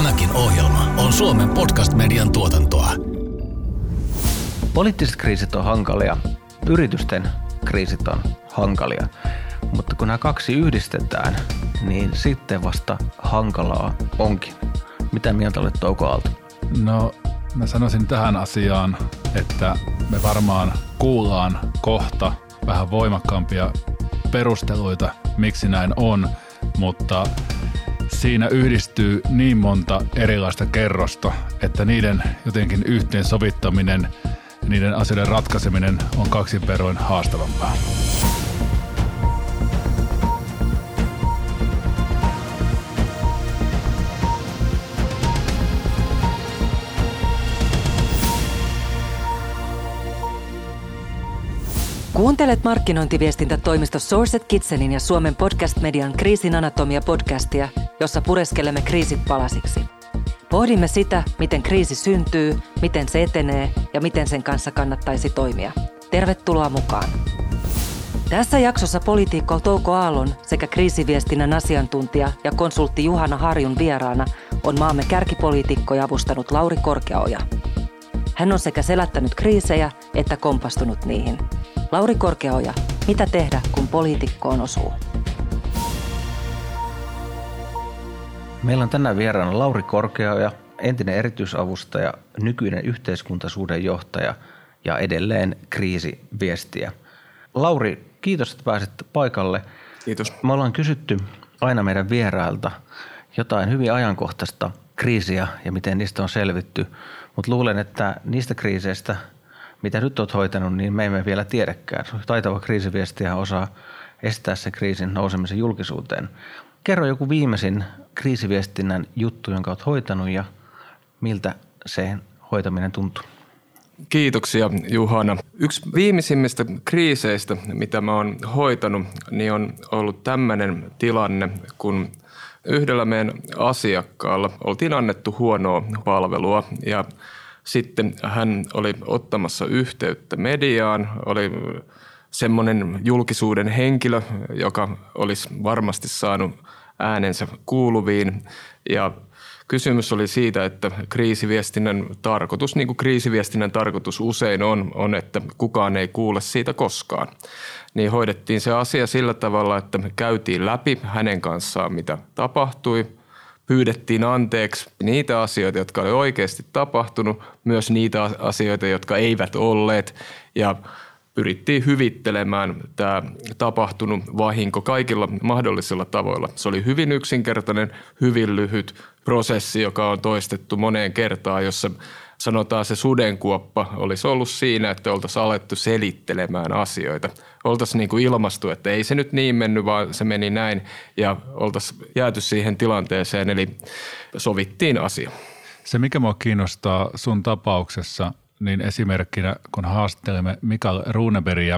Tämäkin ohjelma on Suomen podcast-median tuotantoa. Poliittiset kriisit on hankalia, yritysten kriisit on hankalia, mutta kun nämä kaksi yhdistetään, niin sitten vasta hankalaa onkin. Mitä mieltä olet, Touko Aalto? No, mä sanoisin tähän asiaan, että me varmaan kuullaan kohta vähän voimakkaampia perusteluita, miksi näin on, mutta siinä yhdistyy niin monta erilaista kerrosta, että niiden jotenkin yhteensovittaminen, niiden asioiden ratkaiseminen on kaksin verroin haastavampaa. Kuuntelet markkinointiviestintätoimisto Sourced Kitchenin ja Suomen podcast-median Kriisin anatomia-podcastia, jossa pureskelemme kriisit palasiksi. Pohdimme sitä, miten kriisi syntyy, miten se etenee ja miten sen kanssa kannattaisi toimia. Tervetuloa mukaan! Tässä jaksossa poliitikko Touko Aallon sekä kriisiviestinnän asiantuntija ja konsultti Juhana Harjun vieraana on maamme kärkipoliitikkoja avustanut Lauri Korkeaoja. Hän on sekä selättänyt kriisejä että kompastunut niihin. Lauri Korkeaoja, mitä tehdä, kun poliitikkoon osuu? Meillä on tänään vieraana Lauri Korkeaoja, entinen erityisavustaja, nykyinen yhteiskuntasuhdejohtaja ja edelleen kriisiviestiä. Lauri, kiitos, että pääsit paikalle. Kiitos. Me ollaan kysytty aina meidän vierailta jotain hyvin ajankohtaista kriisiä ja miten niistä on selvitty, mutta luulen, että niistä kriiseistä, mitä nyt olet hoitanut, niin me emme vielä tiedäkään. Taitava kriisiviestiä osaa estää se kriisin nousemisen julkisuuteen. Kerro joku viimeisin kriisiviestinnän juttu, jonka olet hoitanut ja miltä se hoitaminen tuntuu. Kiitoksia, Juhana. Yksi viimeisimmistä kriiseistä, mitä mä oon hoitanut, niin on ollut tämmöinen tilanne, kun yhdellä meidän asiakkaalla oltiin annettu huonoa palvelua ja sitten hän oli ottamassa yhteyttä mediaan, oli semmoinen julkisuuden henkilö, joka olisi varmasti saanut äänensä kuuluviin ja kysymys oli siitä, että kriisiviestinnän tarkoitus, niin kuin kriisiviestinnän tarkoitus usein on, että kukaan ei kuule siitä koskaan. Niin hoidettiin se asia sillä tavalla, että me käytiin läpi hänen kanssaan, mitä tapahtui. Pyydettiin anteeksi niitä asioita, jotka oli oikeasti tapahtunut, myös niitä asioita, jotka eivät olleet ja pyrittiin hyvittelemään tämä tapahtunut vahinko kaikilla mahdollisilla tavoilla. Se oli hyvin yksinkertainen, hyvin lyhyt prosessi, joka on toistettu moneen kertaan, jossa sanotaan se sudenkuoppa olisi ollut siinä, että oltaisiin alettu selittelemään asioita. Oltaisiin niin kuin ilmastu, että ei se nyt niin mennyt, vaan se meni näin ja oltaisiin jääty siihen tilanteeseen, eli sovittiin asia. Se, mikä minua kiinnostaa sun tapauksessa, niin esimerkkinä, kun haastattelemme Mikael Runebergia,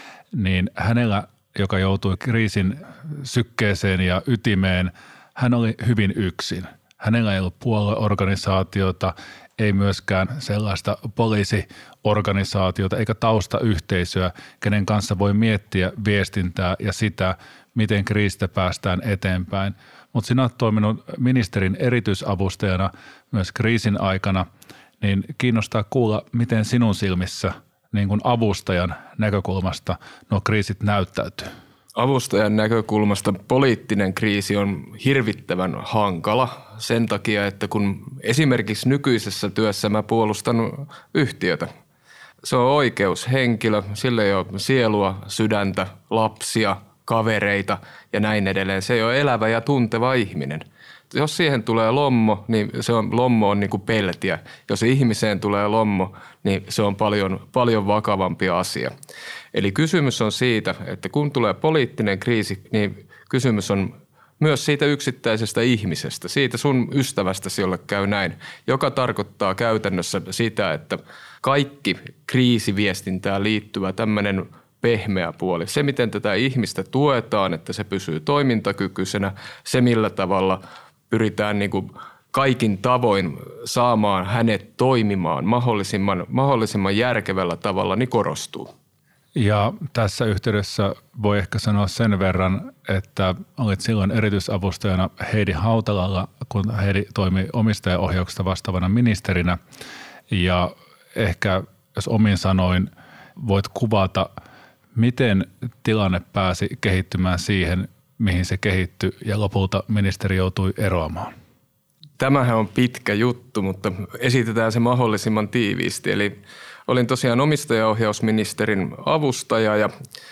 niin hänellä, joka joutui kriisin sykkeeseen ja ytimeen, hän oli hyvin yksin. Hänellä ei ollut puolueorganisaatiota, ei myöskään sellaista poliisiorganisaatiota eikä taustayhteisöä, kenen kanssa voi miettiä viestintää ja sitä, miten kriisistä päästään eteenpäin. Mutta sinä olet toiminut ministerin erityisavustajana myös kriisin aikana, niin kiinnostaa kuulla, miten sinun silmissä niin kuin avustajan näkökulmasta nuo kriisit näyttäytyy. Avustajan näkökulmasta poliittinen kriisi on hirvittävän hankala sen takia, että kun esimerkiksi nykyisessä työssä mä puolustan yhtiötä. Se on oikeushenkilö, sillä ei ole sielua, sydäntä, lapsia, kavereita ja näin edelleen. Se ei ole elävä ja tunteva ihminen. Jos siihen tulee lommo, niin lommo on niin kuin peltiä. Jos ihmiseen tulee lommo, niin se on paljon vakavampi asia. Eli kysymys on siitä, että kun tulee poliittinen kriisi, niin kysymys on myös siitä yksittäisestä ihmisestä, siitä sun ystävästäsi, jolle käy näin, joka tarkoittaa käytännössä sitä, että kaikki kriisiviestintään liittyvä tämmöinen pehmeä puoli, se miten tätä ihmistä tuetaan, että se pysyy toimintakykyisenä, se millä tavalla pyritään niin kuin kaikin tavoin saamaan hänet toimimaan mahdollisimman järkevällä tavalla, niin korostuu. Ja tässä yhteydessä voi ehkä sanoa sen verran, että olit silloin erityisavustajana Heidi Hautalalla, kun Heidi toimi omistajaohjauksesta vastaavana ministerinä. Ja ehkä jos omin sanoin voit kuvata, miten tilanne pääsi kehittymään siihen, mihin se kehittyi ja lopulta ministeri joutui eroamaan. Tämähän on pitkä juttu, mutta esitetään se mahdollisimman tiiviisti. Eli olin tosiaan omistajaohjausministerin avustaja ja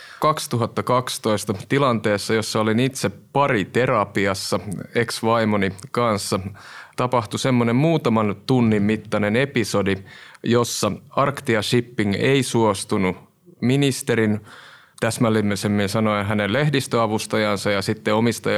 2012 tilanteessa, jossa olin itse pariterapiassa ex-vaimoni kanssa, tapahtui semmoinen muutaman tunnin mittainen episodi, jossa Arctia Shipping ei suostunut ministerin, täsmällisemmin sanoen hänen lehdistöavustajansa ja sitten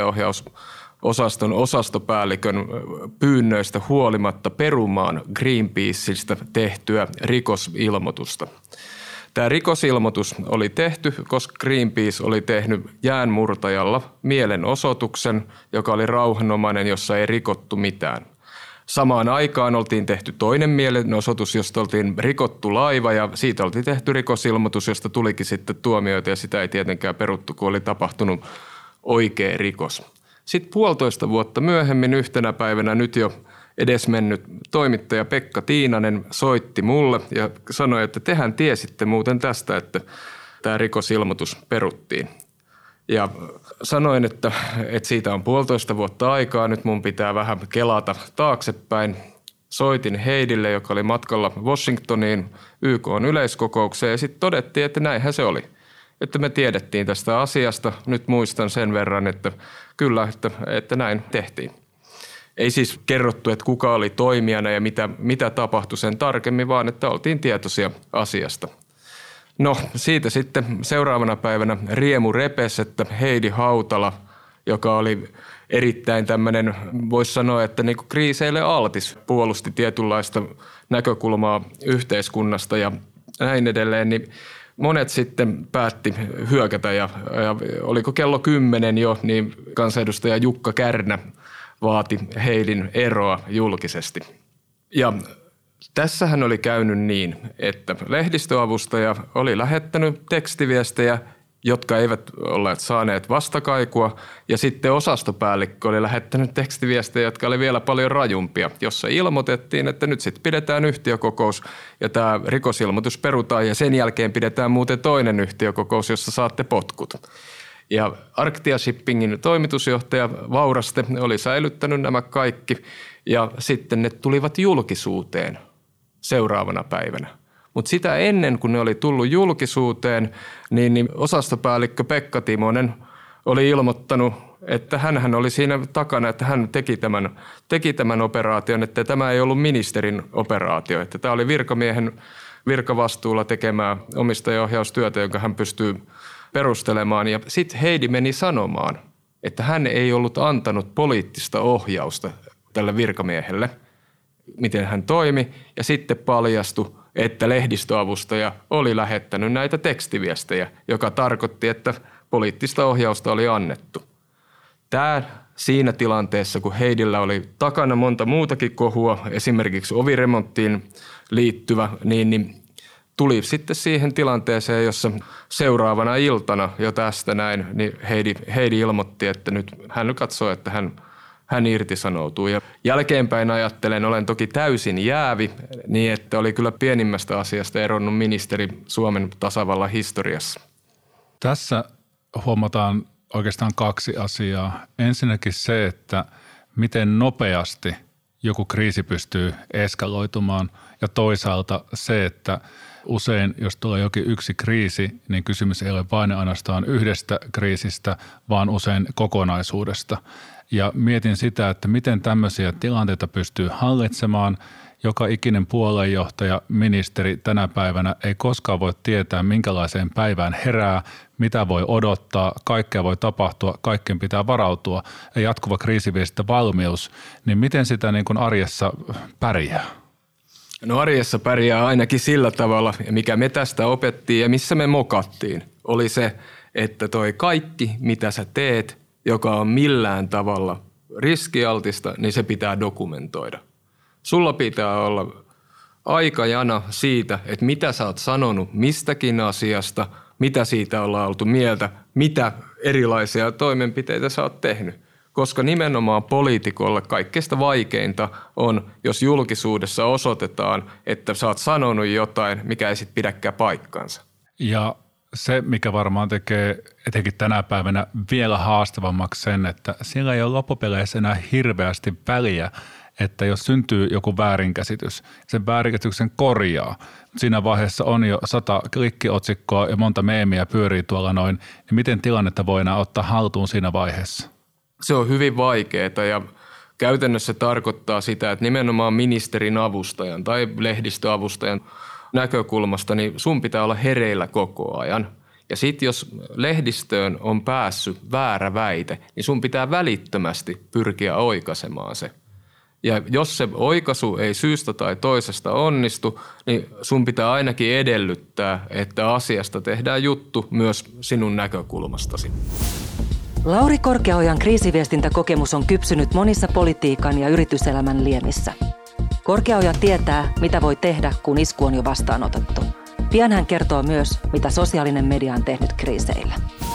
omistajaohjausosaston osastopäällikön pyynnöistä huolimatta perumaan Greenpeaceista tehtyä rikosilmoitusta. Tämä rikosilmoitus oli tehty, koska Greenpeace oli tehnyt jäänmurtajalla mielenosoituksen, joka oli rauhanomainen, jossa ei rikottu mitään. Samaan aikaan oltiin tehty toinen mielenosoitus, josta oltiin rikottu laiva ja siitä oltiin tehty rikosilmoitus, josta tulikin sitten tuomioita ja sitä ei tietenkään peruttu, kun oli tapahtunut oikea rikos. Sitten 1,5 vuotta myöhemmin yhtenä päivänä nyt jo edesmennyt toimittaja Pekka Tiinanen soitti mulle ja sanoi, että tehän tiesitte muuten tästä, että tämä rikosilmoitus peruttiin. Ja sanoin, että siitä on 1,5 vuotta aikaa, nyt mun pitää vähän kelata taaksepäin. Soitin Heidille, joka oli matkalla Washingtoniin YK:n yleiskokoukseen ja sitten todettiin, että näinhän se oli. Että me tiedettiin tästä asiasta, nyt muistan sen verran, että kyllä, että näin tehtiin. Ei siis kerrottu, että kuka oli toimijana ja mitä tapahtui sen tarkemmin, vaan että oltiin tietoisia asiasta. No siitä sitten seuraavana päivänä riemu repesi, että Heidi Hautala, joka oli erittäin tämmöinen, voisi sanoa, että niin kuin kriiseille altis, puolusti tietynlaista näkökulmaa yhteiskunnasta ja näin edelleen, niin monet sitten päätti hyökätä ja oliko kello 10 jo, niin kansanedustaja Jukka Kärnä vaati Heidin eroa julkisesti. Ja tässähän oli käynyt niin, että lehdistöavustaja oli lähettänyt tekstiviestejä, jotka eivät olleet saaneet vastakaikua, ja sitten osastopäällikkö oli lähettänyt tekstiviestejä, jotka oli vielä paljon rajumpia, jossa ilmoitettiin, että nyt sitten pidetään yhtiökokous ja tämä rikosilmoitus perutaan ja sen jälkeen pidetään muuten toinen yhtiökokous, jossa saatte potkut. Ja Arctia Shippingin toimitusjohtaja Vauraste oli säilyttänyt nämä kaikki ja sitten ne tulivat julkisuuteen seuraavana päivänä. Mutta sitä ennen, kun ne oli tullut julkisuuteen, niin osastopäällikkö Pekka Timonen oli ilmoittanut, että hänhän oli siinä takana, että hän teki tämän operaation, että tämä ei ollut ministerin operaatio, että tämä oli virkamiehen virkavastuulla tekemää omistajaohjaustyötä, jonka hän pystyy perustelemaan. Ja sitten Heidi meni sanomaan, että hän ei ollut antanut poliittista ohjausta tälle virkamiehelle, miten hän toimi, ja sitten paljastui, että lehdistöavustaja oli lähettänyt näitä tekstiviestejä, joka tarkoitti, että poliittista ohjausta oli annettu. Tämä siinä tilanteessa, kun Heidillä oli takana monta muutakin kohua, esimerkiksi oviremonttiin liittyvä, niin tuli sitten siihen tilanteeseen, jossa seuraavana iltana jo tästä näin, niin Heidi ilmoitti, että nyt hän katsoo, että hän irtisanoutuu. Ja jälkeenpäin ajattelen, olen toki täysin jäävi, niin että oli kyllä pienimmästä asiasta eronnut ministeri Suomen tasavallan historiassa. Tässä huomataan oikeastaan 2 asiaa. Ensinnäkin se, että miten nopeasti joku kriisi pystyy eskaloitumaan ja toisaalta se, että usein, jos tulee jokin yksi kriisi, niin kysymys ei ole vain ainoastaan yhdestä kriisistä, vaan usein kokonaisuudesta. Ja mietin sitä, että miten tämmöisiä tilanteita pystyy hallitsemaan. Joka ikinen puoluejohtaja, ministeri tänä päivänä ei koskaan voi tietää, minkälaiseen päivään herää, mitä voi odottaa, kaikkea voi tapahtua, kaikkeen pitää varautua ja jatkuva kriisiviestintävalmius. Niin miten sitä niin kuin arjessa pärjää? No arjessa pärjää ainakin sillä tavalla, mikä me tästä opettiin ja missä me mokattiin, oli se, että toi kaikki, mitä sä teet, joka on millään tavalla riskialtista, niin se pitää dokumentoida. Sulla pitää olla aikajana siitä, että mitä sä oot sanonut mistäkin asiasta, mitä siitä ollaan oltu mieltä, mitä erilaisia toimenpiteitä sä oot tehnyt. Koska nimenomaan poliitikolle kaikkein vaikeinta on, jos julkisuudessa osoitetaan, että sä oot sanonut jotain, mikä ei sit pidäkään paikkansa. Ja se, mikä varmaan tekee etenkin tänä päivänä vielä haastavammaksi sen, että sillä ei ole loppupeleissä enää hirveästi väliä, että jos syntyy joku väärinkäsitys, sen väärinkäsityksen korjaa. Siinä vaiheessa on jo 100 klikkiotsikkoa ja monta meemiä pyörii tuolla noin, niin miten tilannetta voidaan ottaa haltuun siinä vaiheessa? Se on hyvin vaikeaa ja käytännössä tarkoittaa sitä, että nimenomaan ministerin avustajan tai lehdistöavustajan näkökulmasta, niin sun pitää olla hereillä koko ajan. Ja sitten jos lehdistöön on päässyt väärä väite, niin sun pitää välittömästi pyrkiä oikaisemaan se. Ja jos se oikaisu ei syystä tai toisesta onnistu, niin sun pitää ainakin edellyttää, että asiasta tehdään juttu myös sinun näkökulmastasi. Lauri Korkeaojan kriisiviestintäkokemus on kypsynyt monissa politiikan ja yrityselämän liemissä. Korkeaoja tietää, mitä voi tehdä, kun isku on jo vastaanotettu. Pian hän kertoo myös, mitä sosiaalinen media on tehnyt kriiseillä.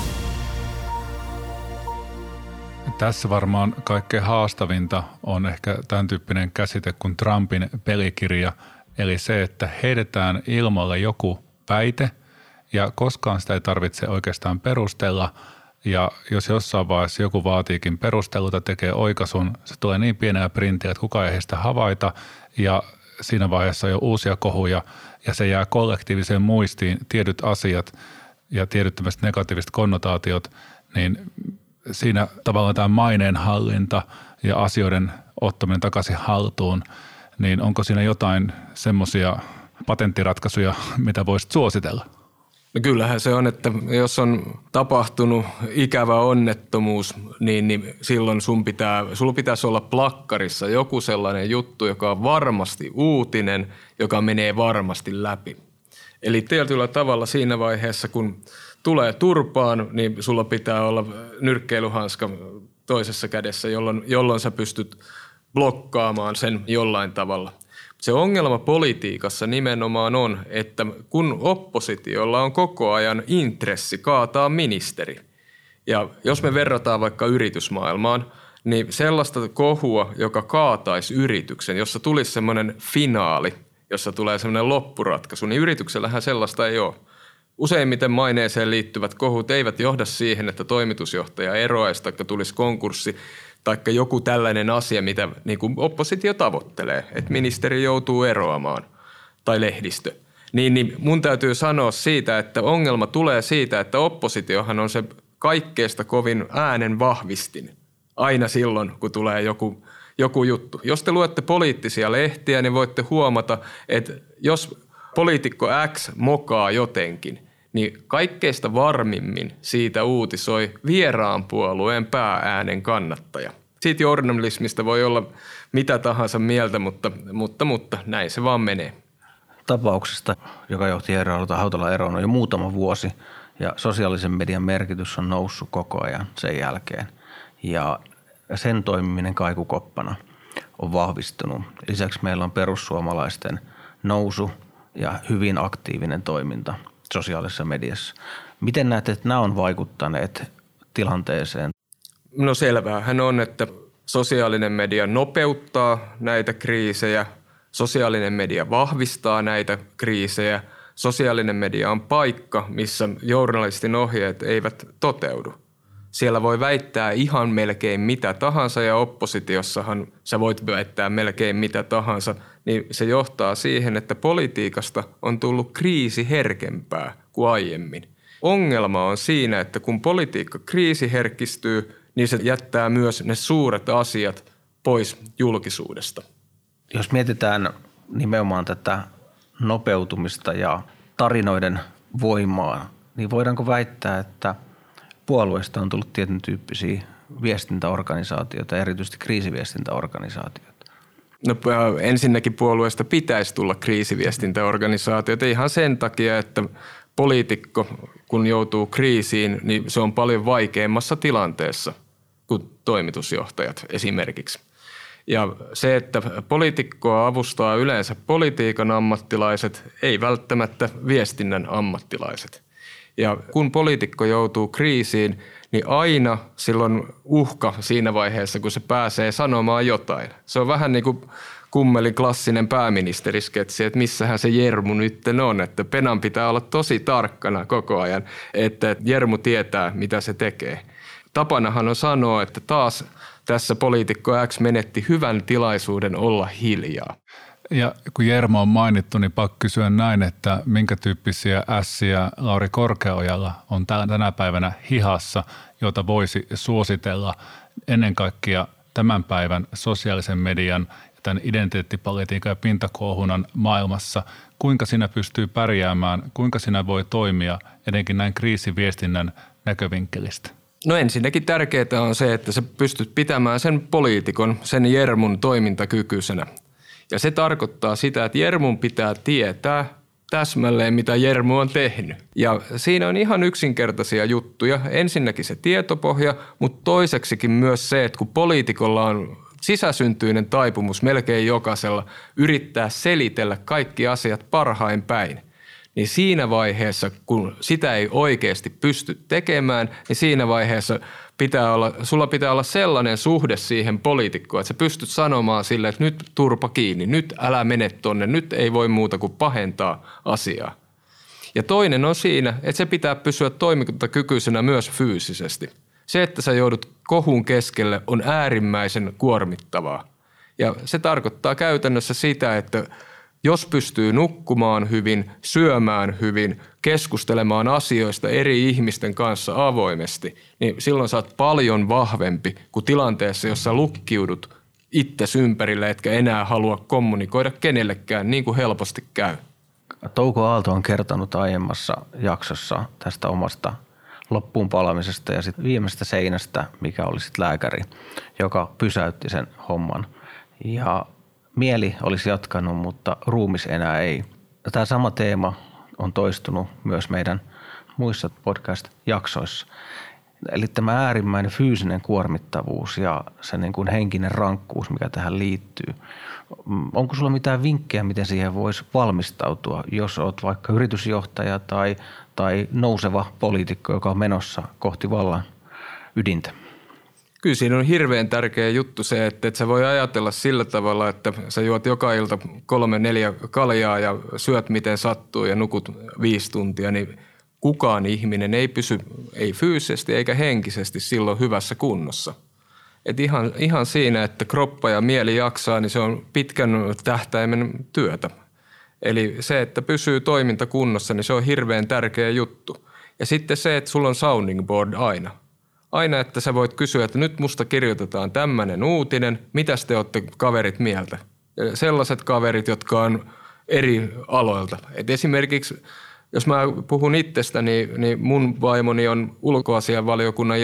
Tässä varmaan kaikkein haastavinta on ehkä tämän tyyppinen käsite kuin Trumpin pelikirja, eli se, että heitetään ilmalle joku väite ja koskaan sitä ei tarvitse oikeastaan perustella. Ja jos jossain vaiheessa joku vaatiikin perusteluta, tekee oikaisun, se tulee niin pienellä printillä, että kukaan ei heistä havaita ja siinä vaiheessa on jo uusia kohuja ja se jää kollektiiviseen muistiin tietyt asiat ja tietyt tämmöiset negatiiviset konnotaatiot, niin siinä tavallaan tämä maineenhallinta ja asioiden ottaminen takaisin haltuun, niin onko siinä jotain semmoisia patenttiratkaisuja, mitä voisit suositella? No kyllähän se on, että jos on tapahtunut ikävä onnettomuus, niin silloin sulla pitäisi olla plakkarissa joku sellainen juttu, joka on varmasti uutinen, joka menee varmasti läpi. Eli tietyllä tavalla siinä vaiheessa, kun tulee turpaan, niin sulla pitää olla nyrkkeilyhanska toisessa kädessä, jolloin sä pystyt blokkaamaan sen jollain tavalla. Se ongelma politiikassa nimenomaan on, että kun oppositiolla on koko ajan intressi kaataa ministeri, ja jos me verrataan vaikka yritysmaailmaan, niin sellaista kohua, joka kaataisi yrityksen, jossa tulisi semmoinen finaali, jossa tulee semmoinen loppuratkaisu, niin yrityksellähän sellaista ei ole. Useimmiten maineeseen liittyvät kohut eivät johda siihen, että toimitusjohtaja eroaisi tai tulisi konkurssi, taikka joku tällainen asia, mitä niin kuin oppositio tavoittelee, että ministeri joutuu eroamaan tai lehdistö. Niin mun täytyy sanoa siitä, että ongelma tulee siitä, että oppositiohan on se kaikkeesta kovin äänen vahvistin aina silloin, kun tulee joku juttu. Jos te luette poliittisia lehtiä, niin voitte huomata, että jos poliitikko X mokaa jotenkin, niin kaikkeista varmimmin siitä uutisoi vieraan puolueen päääänen kannattaja. Siitä journalismista voi olla mitä tahansa mieltä, mutta näin se vaan menee. Tapauksesta, joka johti Hautalan eroon, on jo muutama vuosi ja sosiaalisen median merkitys on noussut koko ajan sen jälkeen. Ja sen toimiminen kaikukoppana on vahvistunut. Lisäksi meillä on perussuomalaisten nousu ja hyvin aktiivinen toiminta sosiaalisessa mediassa. Miten näet, että nämä on vaikuttaneet tilanteeseen? No selväähän on, että sosiaalinen media nopeuttaa näitä kriisejä, sosiaalinen media vahvistaa näitä kriisejä, sosiaalinen media on paikka, missä journalistin ohjeet eivät toteudu. Siellä voi väittää ihan melkein mitä tahansa ja oppositiossahan sä voit väittää melkein mitä tahansa, niin se johtaa siihen, että politiikasta on tullut kriisiherkempää kuin aiemmin. Ongelma on siinä, että kun politiikka kriisiherkistyy, niin se jättää myös ne suuret asiat pois julkisuudesta. Jos mietitään nimenomaan tätä nopeutumista ja tarinoiden voimaa, niin voidaanko väittää, että puolueista on tullut tietyn tyyppisiä viestintäorganisaatioita, erityisesti kriisiviestintäorganisaatioita? No ensinnäkin puolueesta pitäisi tulla kriisiviestintäorganisaatioita ihan sen takia, että poliitikko, kun joutuu kriisiin, niin se on paljon vaikeammassa tilanteessa kuin toimitusjohtajat esimerkiksi. Ja se, että poliitikkoa avustaa yleensä politiikan ammattilaiset, ei välttämättä viestinnän ammattilaiset. Ja kun poliitikko joutuu kriisiin, niin aina silloin uhka siinä vaiheessa, kun se pääsee sanomaan jotain. Se on vähän niin kuin kummelin klassinen pääministerisketsi, että missähän se Jermu nyt on. Että Penan pitää olla tosi tarkkana koko ajan, että Jermu tietää, mitä se tekee. Tapanahan on sanoa, että taas tässä poliitikko X menetti hyvän tilaisuuden olla hiljaa. Ja kun Jermo on mainittu, niin pakko kysyä näin, että minkä tyyppisiä ässiä Lauri Korkeaojalla on tänä päivänä hihassa, jota voisi suositella ennen kaikkea tämän päivän sosiaalisen median, tämän identiteettipolitiikan ja pintakuohunnan maailmassa. Kuinka sinä pystyy pärjäämään, kuinka sinä voi toimia etenkin näin kriisiviestinnän näkövinkkelistä? No ensinnäkin tärkeää on se, että sä pystyt pitämään sen poliitikon, sen Jermun toimintakykyisenä. Ja se tarkoittaa sitä, että Jermun pitää tietää täsmälleen, mitä Jermu on tehnyt. Ja siinä on ihan yksinkertaisia juttuja. Ensinnäkin se tietopohja, mutta toiseksikin myös se, että kun poliitikolla on sisäsyntyinen taipumus melkein jokaisella yrittää selitellä kaikki asiat parhain päin, niin siinä vaiheessa, kun sitä ei oikeasti pysty tekemään, niin siinä vaiheessa sulla pitää olla sellainen suhde siihen poliitikkoon, että sä pystyt sanomaan sille, että nyt turpa kiinni, nyt älä mene tonne, nyt ei voi muuta kuin pahentaa asiaa. Ja toinen on siinä, että se pitää pysyä toimintakykyisenä myös fyysisesti. Se, että sä joudut kohun keskelle, on äärimmäisen kuormittavaa. Ja se tarkoittaa käytännössä sitä, että jos pystyy nukkumaan hyvin, syömään hyvin, keskustelemaan asioista eri ihmisten kanssa avoimesti, niin silloin sä oot paljon vahvempi kuin tilanteessa, jossa lukkiudut itses ympärille, etkä enää halua kommunikoida kenellekään, niin kuin helposti käy. Touko Aalto on kertonut aiemmassa jaksossa tästä omasta loppuun palamisesta ja sitten viimeisestä seinästä, mikä oli sitten lääkäri, joka pysäytti sen homman. Ja mieli olisi jatkanut, mutta ruumis enää ei. Tämä sama teema on toistunut myös meidän muissa podcast-jaksoissa. Eli tämä äärimmäinen fyysinen kuormittavuus ja se niin kuin henkinen rankkuus, mikä tähän liittyy. Onko sulla mitään vinkkejä, miten siihen voisi valmistautua, jos olet vaikka yritysjohtaja tai nouseva poliitikko, joka on menossa kohti vallan ydintä? Kyllä siinä on hirveän tärkeä juttu se, että et sä voi ajatella sillä tavalla, että sä juot joka ilta 3-4 kaljaa ja syöt miten sattuu ja nukut 5 tuntia, niin kukaan ihminen ei pysy ei fyysisesti eikä henkisesti silloin hyvässä kunnossa. Et ihan siinä, että kroppa ja mieli jaksaa, niin se on pitkän tähtäimen työtä. Eli se, että pysyy toiminta kunnossa, niin se on hirveän tärkeä juttu. Ja sitten se, että sulla on sounding board aina. Aina, että sä voit kysyä, että nyt musta kirjoitetaan tämmöinen uutinen, mitäs te olette kaverit mieltä? Ja sellaiset kaverit, jotka on eri aloilta. Et esimerkiksi, jos mä puhun itsestäni, niin mun vaimoni on ulkoasiainvaliokunnan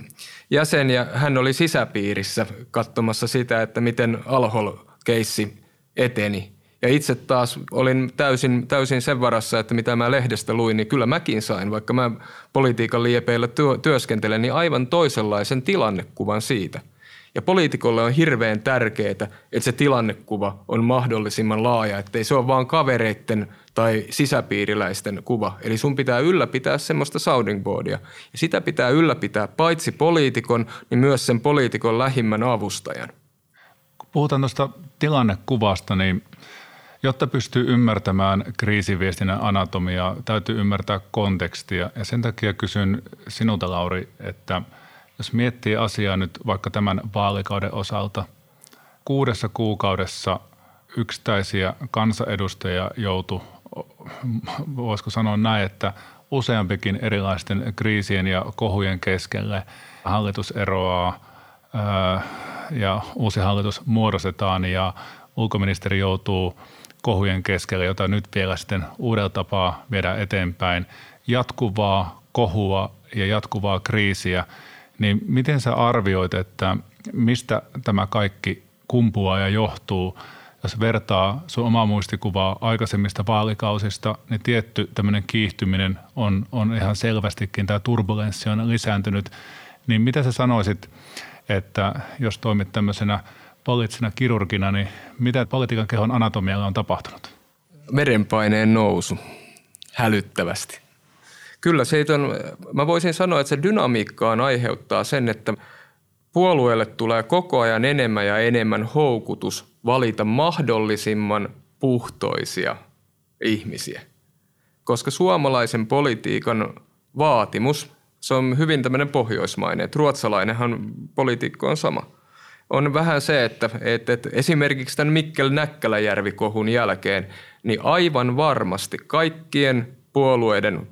jäsen ja hän oli sisäpiirissä katsomassa sitä, että miten Al-Hol-keissi eteni. Ja itse taas olin täysin sen varassa, että mitä mä lehdestä luin, niin kyllä mäkin sain, vaikka mä politiikan liepeillä työskentelen, niin aivan toisenlaisen tilannekuvan siitä. Ja poliitikolle on hirveän tärkeää, että se tilannekuva on mahdollisimman laaja, ettei se ole vaan kavereitten tai sisäpiiriläisten kuva. Eli sun pitää ylläpitää semmoista sounding boardia. Ja sitä pitää ylläpitää paitsi poliitikon, niin myös sen poliitikon lähimmän avustajan. Kun puhutaan tuosta tilannekuvasta, niin jotta pystyy ymmärtämään kriisiviestinnän anatomiaa, täytyy ymmärtää kontekstia. Ja sen takia kysyn sinulta, Lauri, että jos miettii asiaa nyt vaikka tämän vaalikauden osalta, 6 kuukaudessa yksittäisiä kansanedustajia joutui, voisiko sanoa näin, että useampikin erilaisten kriisien ja kohujen keskelle hallitus eroaa ja uusi hallitus muodostetaan ja ulkoministeri joutuu kohujen keskelle, jota nyt vielä sitten uudella tapaa viedään eteenpäin, jatkuvaa kohua ja jatkuvaa kriisiä, niin miten sä arvioit, että mistä tämä kaikki kumpuaa ja johtuu? Jos vertaa sun omaa muistikuvaa aikaisemmista vaalikausista, niin tietty tämmöinen kiihtyminen on ihan selvästikin, tämä turbulenssi on lisääntynyt. Niin mitä sä sanoisit, että jos toimit tämmöisenä poliittisena kirurgina, niin mitä politiikan kehon anatomialla on tapahtunut? Verenpaineen nousu hälyttävästi. Kyllä mä voisin sanoa, että se dynamiikkaan aiheuttaa sen, että puolueelle tulee koko ajan enemmän ja enemmän houkutus valita mahdollisimman puhtoisia ihmisiä. Koska suomalaisen politiikan vaatimus, se on hyvin tämmöinen pohjoismainen, että ruotsalainenhan politiikko on sama. On vähän se, että esimerkiksi tämän Mikkel-Näkkäläjärvi-kohun jälkeen, niin aivan varmasti kaikkien puolueiden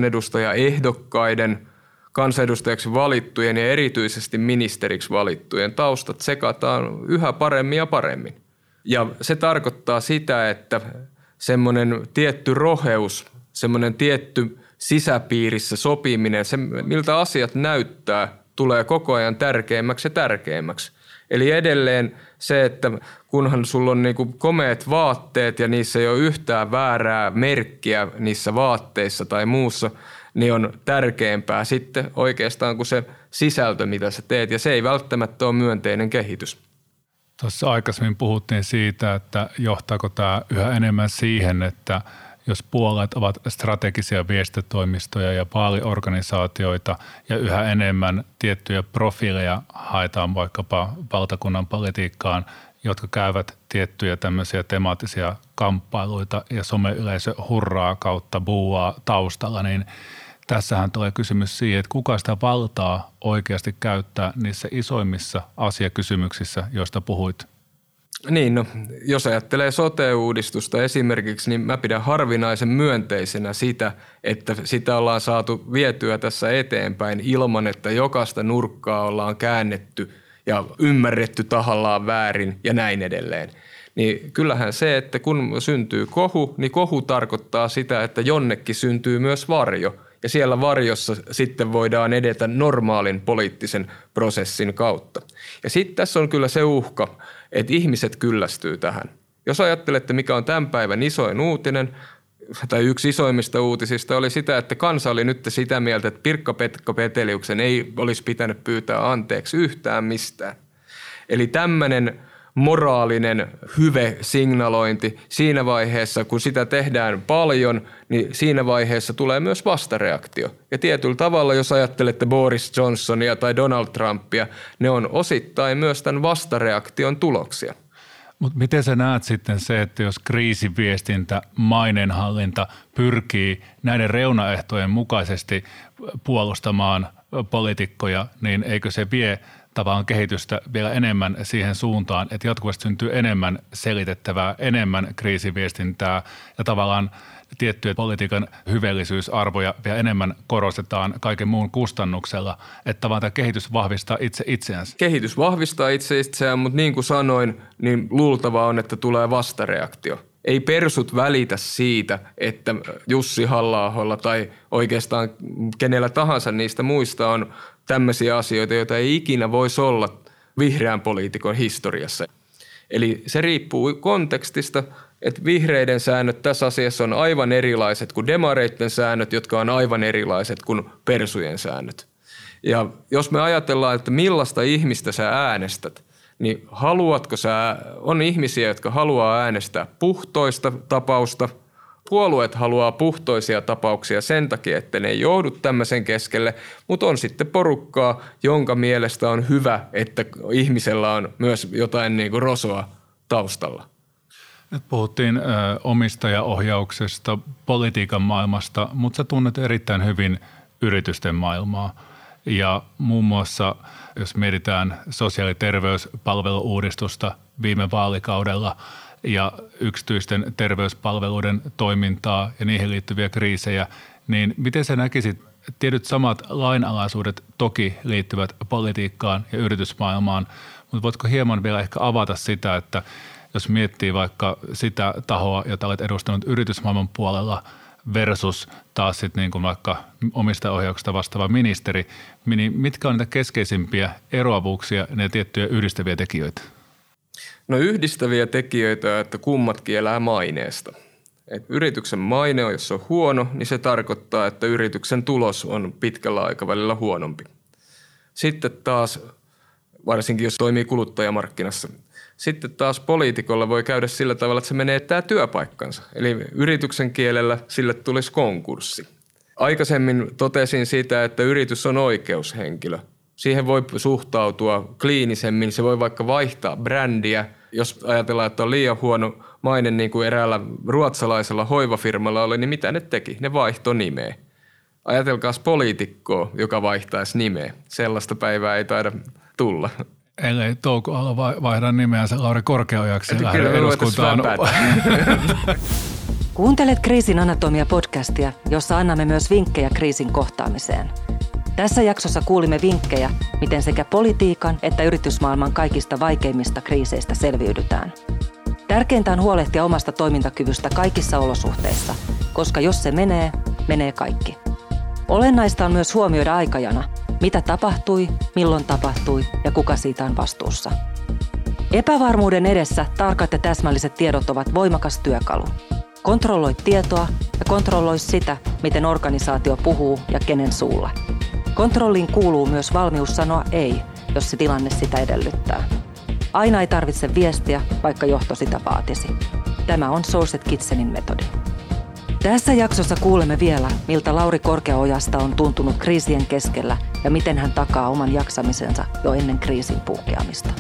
kansanedustajaehdokkaiden, kansanedustajaksi valittujen ja erityisesti ministeriksi valittujen taustat sekataan yhä paremmin ja paremmin. Ja se tarkoittaa sitä, että semmoinen tietty roheus, semmoinen tietty sisäpiirissä sopiminen, se miltä asiat näyttää, tulee koko ajan tärkeämmäksi ja tärkeämmäksi. Eli edelleen se, että kunhan sulla on niinku komeat vaatteet ja niissä ei ole yhtään väärää merkkiä niissä vaatteissa tai muussa, niin on tärkeämpää sitten oikeastaan kuin se sisältö, mitä sä teet. Ja se ei välttämättä ole myönteinen kehitys. Tuossa aikaisemmin puhuttiin siitä, että johtaako tämä yhä enemmän siihen, että jos puolueet ovat strategisia viestintätoimistoja ja vaaliorganisaatioita ja yhä enemmän tiettyjä profiileja haetaan vaikkapa valtakunnan politiikkaan, jotka käyvät tiettyjä tämmöisiä temaattisia kamppailuita ja someyleisö hurraa kautta buuaa taustalla, niin tässähän tulee kysymys siihen, että kuka sitä valtaa oikeasti käyttää niissä isoimmissa asiakysymyksissä, joista puhuit. Niin, no, jos ajattelee sote-uudistusta esimerkiksi, niin mä pidän harvinaisen myönteisenä sitä, että sitä ollaan saatu vietyä tässä eteenpäin ilman, että jokaista nurkkaa ollaan käännetty ja ymmärretty tahallaan väärin ja näin edelleen. Niin kyllähän se, että kun syntyy kohu, niin kohu tarkoittaa sitä, että jonnekin syntyy myös varjo. Ja siellä varjossa sitten voidaan edetä normaalin poliittisen prosessin kautta. Ja sitten tässä on kyllä se uhka, että ihmiset kyllästyy tähän. Jos ajattelette, mikä on tämän päivän isoin uutinen, tai yksi isoimmista uutisista oli sitä, että kansa oli nyt sitä mieltä, että Pirkka-Pekka Peteliuksen ei olisi pitänyt pyytää anteeksi yhtään mistään. Eli tämmöinen moraalinen hyve-signalointi siinä vaiheessa, kun sitä tehdään paljon, niin siinä vaiheessa tulee myös vastareaktio. Ja tietyllä tavalla, jos ajattelette Boris Johnsonia tai Donald Trumpia, ne on osittain myös tämän vastareaktion tuloksia. Mutta miten sä näet sitten se, että jos kriisiviestintä, maineenhallinta pyrkii näiden reunaehtojen mukaisesti puolustamaan poliitikkoja, niin eikö se vie tavallaan kehitystä vielä enemmän siihen suuntaan, että jatkuvasti syntyy enemmän selitettävää, enemmän kriisiviestintää ja tavallaan tiettyjä politiikan hyveellisyysarvoja vielä enemmän korostetaan kaiken muun kustannuksella, että tavallaan tämä kehitys vahvistaa itseänsä. Kehitys vahvistaa itseään, mutta niin kuin sanoin, niin luultavaa on, että tulee vastareaktio. Ei persut välitä siitä, että Jussi Halla-aholla tai oikeastaan kenellä tahansa niistä muista on tämmöisiä asioita, joita ei ikinä voisi olla vihreän poliitikon historiassa. Eli se riippuu kontekstista, että vihreiden säännöt tässä asiassa on aivan erilaiset kuin demareiden säännöt, jotka on aivan erilaiset kuin persujen säännöt. Ja jos me ajatellaan, että millaista ihmistä sä äänestät, niin on ihmisiä, jotka haluaa äänestää puhtoista tapausta. Puolueet haluaa puhtoisia tapauksia sen takia, että ne ei joudu tämmöisen keskelle, mutta on sitten porukkaa, jonka mielestä on hyvä, että ihmisellä on myös jotain niin kuin rosoa taustalla. Nyt puhuttiin omistajaohjauksesta, politiikan maailmasta, mutta sä tunnet erittäin hyvin yritysten maailmaa. Ja muun muassa, jos mietitään sosiaali- ja terveyspalvelu-uudistusta viime vaalikaudella ja yksityisten terveyspalveluiden toimintaa ja niihin liittyviä kriisejä, niin miten sä näkisit, tietyt samat lainalaisuudet toki liittyvät politiikkaan ja yritysmaailmaan, mutta voitko hieman vielä ehkä avata sitä, että jos miettii vaikka sitä tahoa, jota olet edustanut yritysmaailman puolella versus taas sitten niin kuin vaikka omistajaohjauksesta vastaava ministeri, niin mitkä on niitä keskeisimpiä eroavuuksia ja tiettyjä yhdistäviä tekijöitä? No yhdistäviä tekijöitä on, että kummatkin elää maineesta. Et yrityksen maine, jos on huono, niin se tarkoittaa, että yrityksen tulos on pitkällä aikavälillä huonompi. Sitten taas, varsinkin jos toimii kuluttajamarkkinassa, sitten taas poliitikolla voi käydä sillä tavalla, että se menettää työpaikkansa. Eli yrityksen kielellä sille tulisi konkurssi. Aikaisemmin totesin sitä, että yritys on oikeushenkilö. Siihen voi suhtautua kliinisemmin. Se voi vaikka vaihtaa brändiä. Jos ajatellaan, että on liian huono maine niin kuin eräällä ruotsalaisella hoivafirmalla oli, niin mitä ne teki? Ne vaihtoi nimeä. Ajatelkaas poliitikkoa, joka vaihtaisi nimeä. Sellaista päivää ei taida tulla. Ellei Touko ala vaihda nimeänsä Lauri Korkeaojaksi ja lähde eduskuntaan. Kuuntelet Kriisin anatomia-podcastia, jossa annamme myös vinkkejä kriisin kohtaamiseen. Tässä jaksossa kuulimme vinkkejä, miten sekä politiikan että yritysmaailman kaikista vaikeimmista kriiseistä selviydytään. Tärkeintä on huolehtia omasta toimintakyvystä kaikissa olosuhteissa, koska jos se menee, menee kaikki. Olennaista on myös huomioida aikajana, mitä tapahtui, milloin tapahtui ja kuka siitä on vastuussa. Epävarmuuden edessä tarkat ja täsmälliset tiedot ovat voimakas työkalu. Kontrolloi tietoa ja kontrolloi sitä, miten organisaatio puhuu ja kenen suulla. Kontrolliin kuuluu myös valmius sanoa ei, jos se tilanne sitä edellyttää. Aina ei tarvitse viestiä, vaikka johto sitä vaatisi. Tämä on Sourced Kitchenin metodi. Tässä jaksossa kuulemme vielä, miltä Lauri Korkeaojasta on tuntunut kriisien keskellä ja miten hän takaa oman jaksamisensa jo ennen kriisin puhkeamista.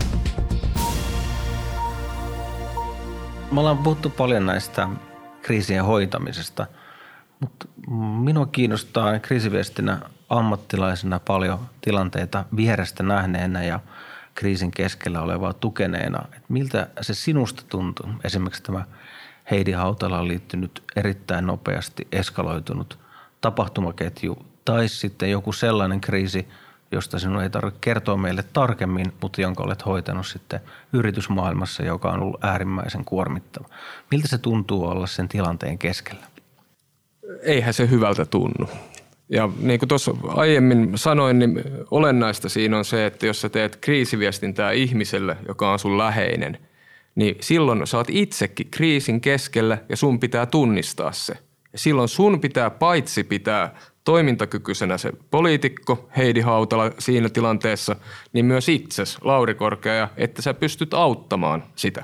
Me ollaan puhuttu paljon näistä kriisien hoitamisesta, mutta minua kiinnostaa kriisiviestinä ammattilaisena paljon tilanteita vierestä nähneenä ja kriisin keskellä olevaa tukeneena. Että miltä se sinusta tuntuu? Esimerkiksi tämä Heidi Hautalaan liittynyt erittäin nopeasti eskaloitunut tapahtumaketju tai sitten joku sellainen kriisi, josta sinun ei tarvitse kertoa meille tarkemmin, mutta jonka olet hoitanut sitten yritysmaailmassa, joka on ollut äärimmäisen kuormittava. Miltä se tuntuu olla sen tilanteen keskellä? Eihän se hyvältä tunnu. Ja niin kuin tuossa aiemmin sanoin, niin olennaista siinä on se, että jos sä teet kriisiviestintää ihmiselle, joka on sun läheinen, niin silloin sä oot itsekin kriisin keskellä ja sun pitää tunnistaa se. Ja silloin sun pitää paitsi pitää toimintakykyisenä se poliitikko Heidi Hautala siinä tilanteessa, niin myös itses Lauri Korkea, että sä pystyt auttamaan sitä.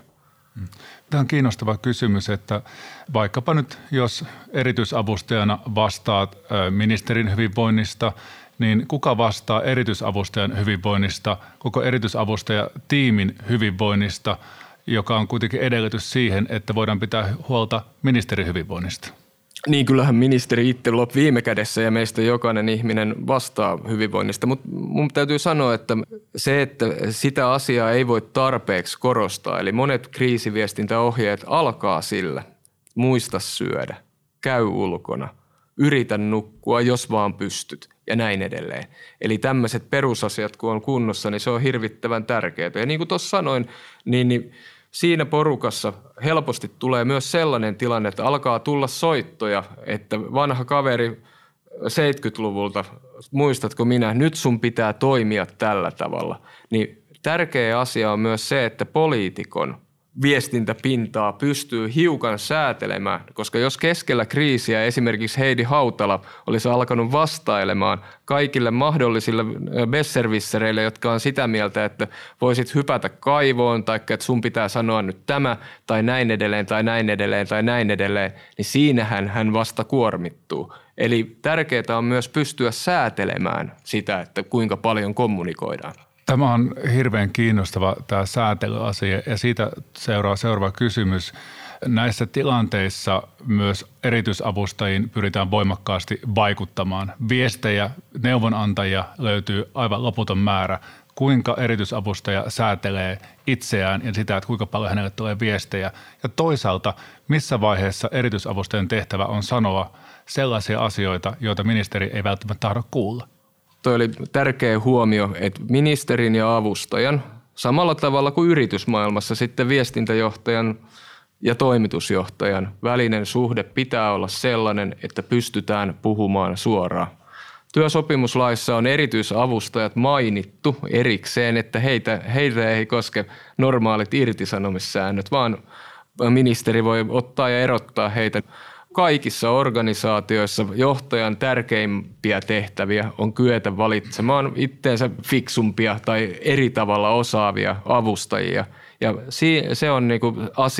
Tämä on kiinnostava kysymys, että vaikkapa nyt jos erityisavustajana vastaat ministerin hyvinvoinnista, niin kuka vastaa erityisavustajan hyvinvoinnista, koko erityisavustajatiimin hyvinvoinnista, joka on kuitenkin edellytys siihen, että voidaan pitää huolta ministerin hyvinvoinnista? Niin kyllähän ministeri itse viime kädessä ja meistä jokainen ihminen vastaa hyvinvoinnista, mutta mun täytyy sanoa, että se, että sitä asiaa ei voi tarpeeksi korostaa, eli monet kriisiviestintäohjeet alkaa sillä, muista syödä, käy ulkona, yritä nukkua, jos vaan pystyt ja näin edelleen. Eli tämmöiset perusasiat, kun on kunnossa, niin se on hirvittävän tärkeää. Ja niin kuin tuossa sanoin, niin siinä porukassa helposti tulee myös sellainen tilanne, että alkaa tulla soittoja, että vanha kaveri 70-luvulta, muistatko minä, nyt sun pitää toimia tällä tavalla. Niin tärkeä asia on myös se, että poliitikon viestintäpintaa pystyy hiukan säätelemään, koska jos keskellä kriisiä esimerkiksi Heidi Hautala olisi alkanut vastailemaan kaikille mahdollisille besservissereille, jotka on sitä mieltä, että voisit hypätä kaivoon tai että sun pitää sanoa nyt tämä tai näin edelleen tai näin edelleen tai näin edelleen, niin siinähän hän vasta kuormittuu. Eli tärkeää on myös pystyä säätelemään sitä, että kuinka paljon kommunikoidaan. Tämä on hirveän kiinnostava tämä säätelyasia ja siitä seuraava kysymys. Näissä tilanteissa myös erityisavustajiin pyritään voimakkaasti vaikuttamaan. Viestejä, neuvonantajia löytyy aivan loputon määrä. Kuinka erityisavustaja säätelee itseään ja sitä, että kuinka paljon hänelle tulee viestejä. Ja toisaalta, missä vaiheessa erityisavustajan tehtävä on sanoa sellaisia asioita, joita ministeri ei välttämättä tahdo kuulla. Tuo oli tärkeä huomio, että ministerin ja avustajan samalla tavalla kuin yritysmaailmassa sitten viestintäjohtajan ja toimitusjohtajan välinen suhde pitää olla sellainen, että pystytään puhumaan suoraan. Työsopimuslaissa on erityisavustajat mainittu erikseen, että heitä ei koske normaalit irtisanomissäännöt, vaan ministeri voi ottaa ja erottaa heitä. Kaikissa organisaatioissa johtajan tärkeimpiä tehtäviä on kyetä valitsemaan itteensä fiksumpia tai eri tavalla osaavia avustajia. Ja se on niinku asia,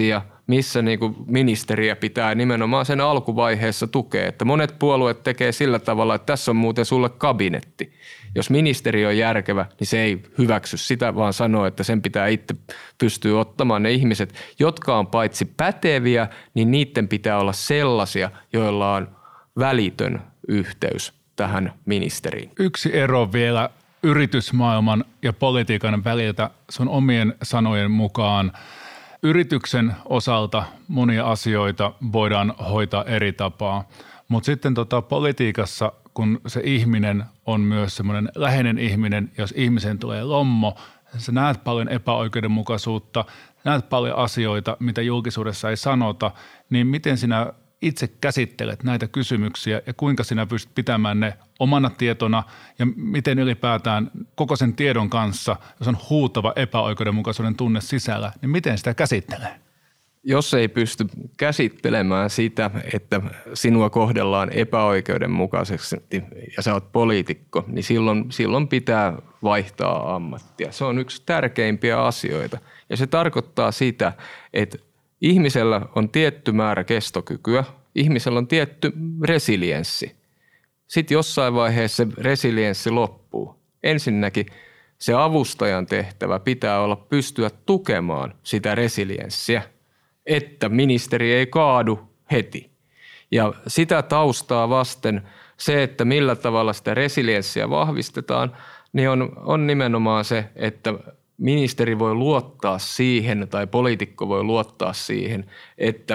missä niin kuin ministeriä pitää nimenomaan sen alkuvaiheessa tukea. Että monet puolueet tekee sillä tavalla, että tässä on muuten sulle kabinetti. Jos ministeri on järkevä, niin se ei hyväksy sitä, vaan sanoo, että sen pitää itse pystyä ottamaan ne ihmiset, jotka on paitsi päteviä, niin niiden pitää olla sellaisia, joilla on välitön yhteys tähän ministeriin. Yksi ero vielä yritysmaailman ja politiikan väliltä sun omien sanojen mukaan. Yrityksen osalta monia asioita voidaan hoitaa eri tapaa, mutta sitten politiikassa, kun se ihminen on myös semmoinen läheinen ihminen, jos ihmisen tulee lommo, sä näet paljon epäoikeudenmukaisuutta, näet paljon asioita, mitä julkisuudessa ei sanota, niin miten sinä itse käsittelet näitä kysymyksiä ja kuinka sinä pystyt pitämään ne omana tietona ja miten ylipäätään koko sen tiedon kanssa, jos on huutava epäoikeudenmukaisuuden tunne sisällä, niin miten sitä käsittelee? Jos ei pysty käsittelemään sitä, että sinua kohdellaan epäoikeudenmukaisesti ja sä oot poliitikko, niin silloin pitää vaihtaa ammattia. Se on yksi tärkeimpiä asioita ja se tarkoittaa sitä, että ihmisellä on tietty määrä kestokykyä, ihmisellä on tietty resilienssi. Sitten jossain vaiheessa se resilienssi loppuu. Ensinnäkin se avustajan tehtävä pitää olla pystyä tukemaan sitä resilienssiä, että ministeri ei kaadu heti. Ja sitä taustaa vasten se, että millä tavalla sitä resilienssiä vahvistetaan, niin on nimenomaan se, että ministeri voi luottaa siihen tai poliitikko voi luottaa siihen, että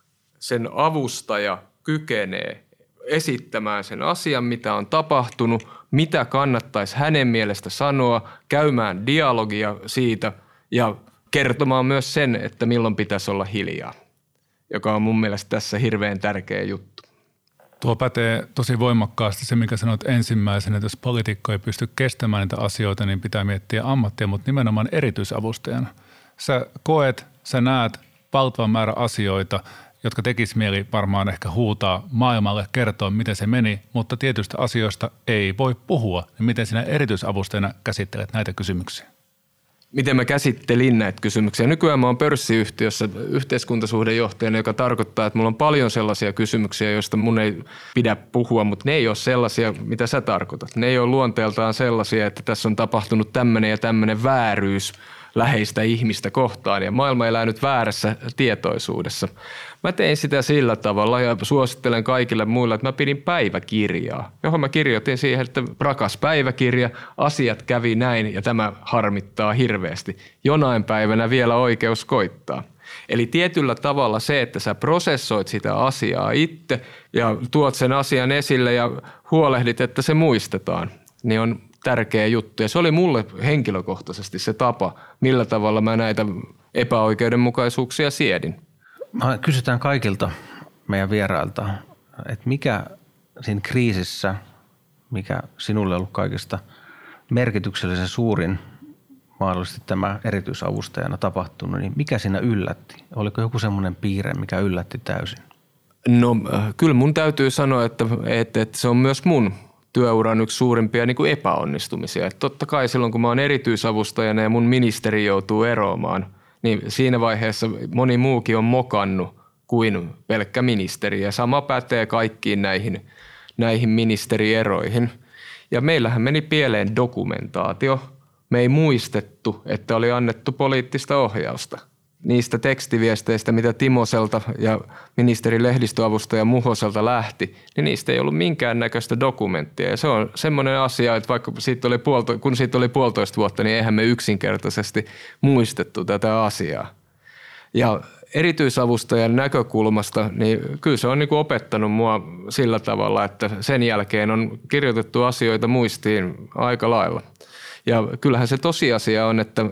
sen avustaja kykenee esittämään sen asian, mitä on tapahtunut, mitä kannattaisi hänen mielestä sanoa, käymään dialogia siitä ja kertomaan myös sen, että milloin pitäisi olla hiljaa, joka on mun mielestä tässä hirveän tärkeä juttu. Tuo pätee tosi voimakkaasti se, mikä sanoit ensimmäisenä, että jos poliitikko ei pysty kestämään niitä asioita, niin pitää miettiä ammattia, mutta nimenomaan erityisavustajana. Sä koet, sä näet valtavan määrä asioita, jotka tekisi mieli varmaan ehkä huutaa maailmalle, kertoa miten se meni, mutta tietystä asioista ei voi puhua. Niin miten sinä erityisavustajana käsittelet näitä kysymyksiä? Miten mä käsittelin näitä kysymyksiä? Nykyään mä oon pörssiyhtiössä yhteiskuntasuhdejohtajana, joka tarkoittaa, että mulla on paljon sellaisia kysymyksiä, joista mun ei pidä puhua, mutta ne ei ole sellaisia, mitä sä tarkoitat. Ne ei ole luonteeltaan sellaisia, että tässä on tapahtunut tämmöinen ja tämmöinen vääryys läheistä ihmistä kohtaan ja maailma elää nyt väärässä tietoisuudessa. Mä tein sitä sillä tavalla ja suosittelen kaikille muille, että mä pidin päiväkirjaa, johon mä kirjoitin siihen, että rakas päiväkirja, asiat kävi näin ja tämä harmittaa hirveästi. Jonain päivänä vielä oikeus koittaa. Eli tietyllä tavalla se, että sä prosessoit sitä asiaa itse ja tuot sen asian esille ja huolehdit, että se muistetaan, niin on tärkeä juttu. Ja se oli mulle henkilökohtaisesti se tapa, millä tavalla mä näitä epäoikeudenmukaisuuksia siedin. Kysytään kaikilta meidän vierailta, että mikä siinä kriisissä, mikä sinulle on ollut kaikista merkityksellisen suurin mahdollisesti tämä erityisavustajana tapahtunut, niin mikä siinä yllätti? Oliko joku semmoinen piirre, mikä yllätti täysin? No kyllä mun täytyy sanoa, että se on myös mun työuran yksi suurimpia niin kuin epäonnistumisia. Että totta kai silloin, kun mä oon erityisavustajana ja mun ministeri joutuu eroamaan, niin siinä vaiheessa moni muukin on mokannut kuin pelkkä ministeri. Ja sama pätee kaikkiin näihin ministerieroihin. Ja meillähän meni pieleen dokumentaatio. Me ei muistettu, että oli annettu poliittista ohjausta. Niistä tekstiviesteistä, mitä Timoselta ja ministerin lehdistöavustaja Muhoselta lähti, niin niistä ei ollut minkäännäköistä dokumenttia. Ja se on semmoinen asia, että vaikka kun siitä oli 1,5 vuotta, niin eihän me yksinkertaisesti muistettu tätä asiaa. Ja erityisavustajan näkökulmasta, niin kyllä se on niin kuin opettanut mua sillä tavalla, että sen jälkeen on kirjoitettu asioita muistiin aika lailla. Ja kyllähän se tosiasia on, että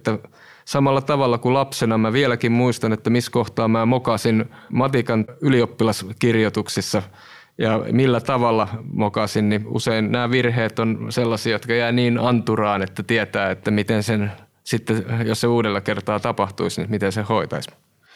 samalla tavalla kuin lapsena mä vieläkin muistan, että missä kohtaa mä mokasin matikan ylioppilaskirjoituksissa ja millä tavalla mokasin, niin usein nämä virheet on sellaisia, jotka jää niin anturaan, että tietää, että miten sen sitten, jos se uudella kertaa tapahtuisi, niin miten se hoitaisi.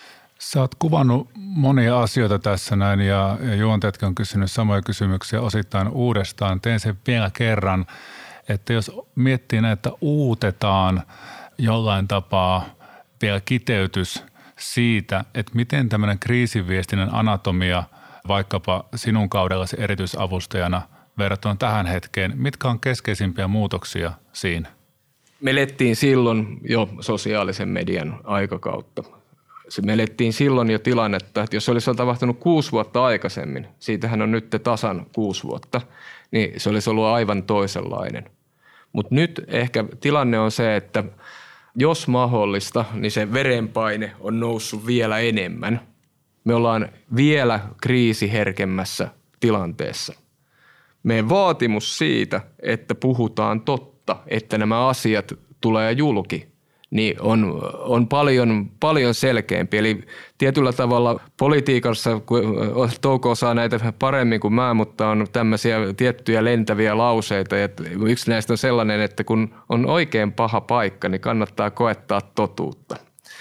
Sä oot kuvannut monia asioita tässä näin ja juontajatkin on kysynyt samoja kysymyksiä osittain uudestaan. Teen sen vielä kerran, että jos miettii näitä uutetaan jollain tapaa vielä kiteytys siitä, että miten tämmöinen kriisiviestinnän anatomia vaikkapa sinun kaudellasi erityisavustajana verrattuna tähän hetkeen, mitkä on keskeisimpiä muutoksia siinä? Me elettiin silloin jo sosiaalisen median aikakautta. Me elettiin silloin jo tilannetta, että jos se olisi tapahtunut 6 vuotta aikaisemmin, siitähän on nyt tasan 6 vuotta, niin se olisi ollut aivan toisenlainen. Mutta nyt ehkä tilanne on se, että jos mahdollista, niin se verenpaine on noussut vielä enemmän. Me ollaan vielä kriisiherkemmässä tilanteessa. Meidän vaatimus siitä, että puhutaan totta, että nämä asiat tulee julki, niin on paljon selkeämpi. Eli tietyllä tavalla politiikassa, kun Touko osaa näitä paremmin kuin mä, mutta on tämmöisiä tiettyjä lentäviä lauseita. Ja yksi näistä on sellainen, että kun on oikein paha paikka, niin kannattaa koettaa totuutta.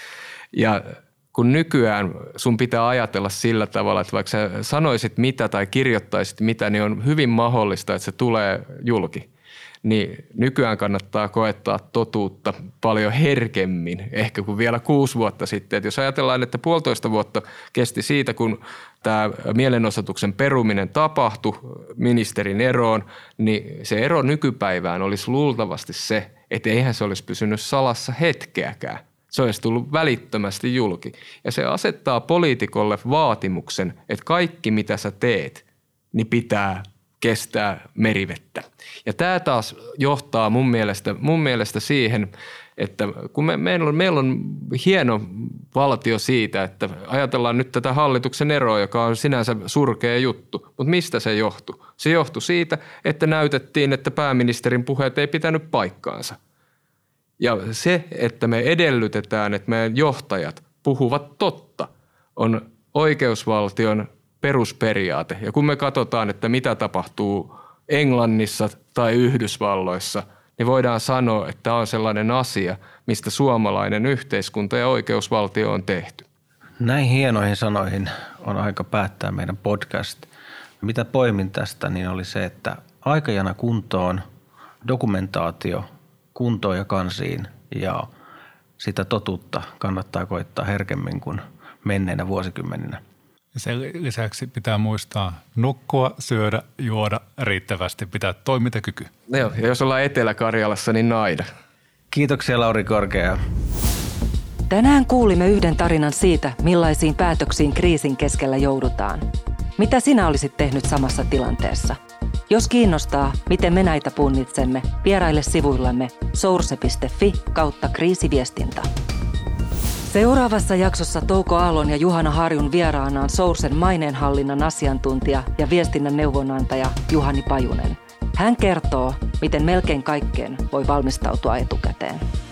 Ja kun nykyään sun pitää ajatella sillä tavalla, että vaikka sä sanoisit mitä tai kirjoittaisit mitä, niin on hyvin mahdollista, että se tulee julki. Niin nykyään kannattaa koettaa totuutta paljon herkemmin, ehkä kuin vielä 6 vuotta sitten. Et jos ajatellaan, että 1,5 vuotta kesti siitä, kun tämä mielenosoituksen peruminen tapahtui ministerin eroon, niin se ero nykypäivään olisi luultavasti se, että eihän se olisi pysynyt salassa hetkeäkään. Se olisi tullut välittömästi julki. Ja se asettaa poliitikolle vaatimuksen, että kaikki mitä sä teet, niin pitää kestää merivettä. Ja tämä taas johtaa mun mielestä siihen, että kun meillä on hieno valtio siitä, että ajatellaan nyt tätä hallituksen eroa, joka on sinänsä surkea juttu, mutta mistä se johtui? Se johtui siitä, että näytettiin, että pääministerin puheet ei pitänyt paikkaansa. Ja se, että me edellytetään, että meidän johtajat puhuvat totta, on oikeusvaltion perusperiaate. Ja kun me katsotaan, että mitä tapahtuu Englannissa tai Yhdysvalloissa, niin voidaan sanoa, että tämä on sellainen asia, mistä suomalainen yhteiskunta ja oikeusvaltio on tehty. Näin hienoihin sanoihin on aika päättää meidän podcast. Mitä poimin tästä, niin oli se, että aikajana kuntoon, dokumentaatio kuntoon ja kansiin ja sitä totuutta kannattaa koittaa herkemmin kuin menneinä vuosikymmeninä. Sen lisäksi pitää muistaa nukkua, syödä, juoda riittävästi, pitää toimintakyky. Joo, ja jos ollaan Etelä-Karjalassa, niin naida. Kiitoksia Lauri Korkea. Tänään kuulimme yhden tarinan siitä, millaisiin päätöksiin kriisin keskellä joudutaan. Mitä sinä olisit tehnyt samassa tilanteessa? Jos kiinnostaa, miten me näitä punnitsemme, vieraille sivuillamme source.fi/kriisiviestintä. Seuraavassa jaksossa Touko Aallon ja Juhana Harjun vieraana on Sourcen maineenhallinnan asiantuntija ja viestinnän neuvonantaja Juhani Pajunen. Hän kertoo, miten melkein kaikkeen voi valmistautua etukäteen.